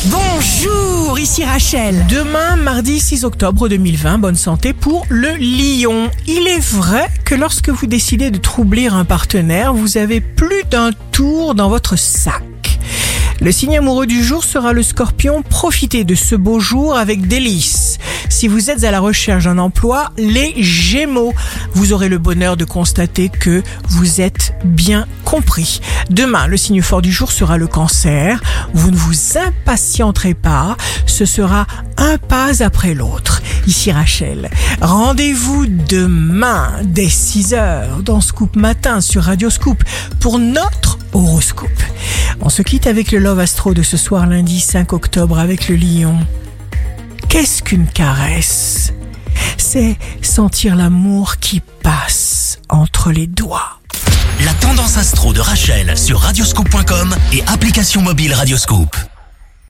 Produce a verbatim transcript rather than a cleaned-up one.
Bonjour, ici Rachel. Demain, mardi six octobre deux mille vingt, bonne santé pour le lion. Il est vrai que lorsque vous décidez de troubler un partenaire, vous avez plus d'un tour dans votre sac. Le signe amoureux du jour sera le scorpion. Profitez de ce beau jour avec délice. Si vous êtes à la recherche d'un emploi, les gémeaux, vous aurez le bonheur de constater que vous êtes bien compris. Demain, le signe fort du jour sera le cancer. Vous ne vous impatienterez pas, ce sera un pas après l'autre. Ici Rachel, rendez-vous demain dès six heures dans Scoop Matin sur Radio Scoop pour notre horoscope. On se quitte avec le Love Astro de ce soir lundi cinq octobre avec le lion. Qu'est-ce qu'une caresse ? C'est sentir l'amour qui passe entre les doigts. La tendance astro de Rachel sur radioscoop point com et application mobile Radioscoop.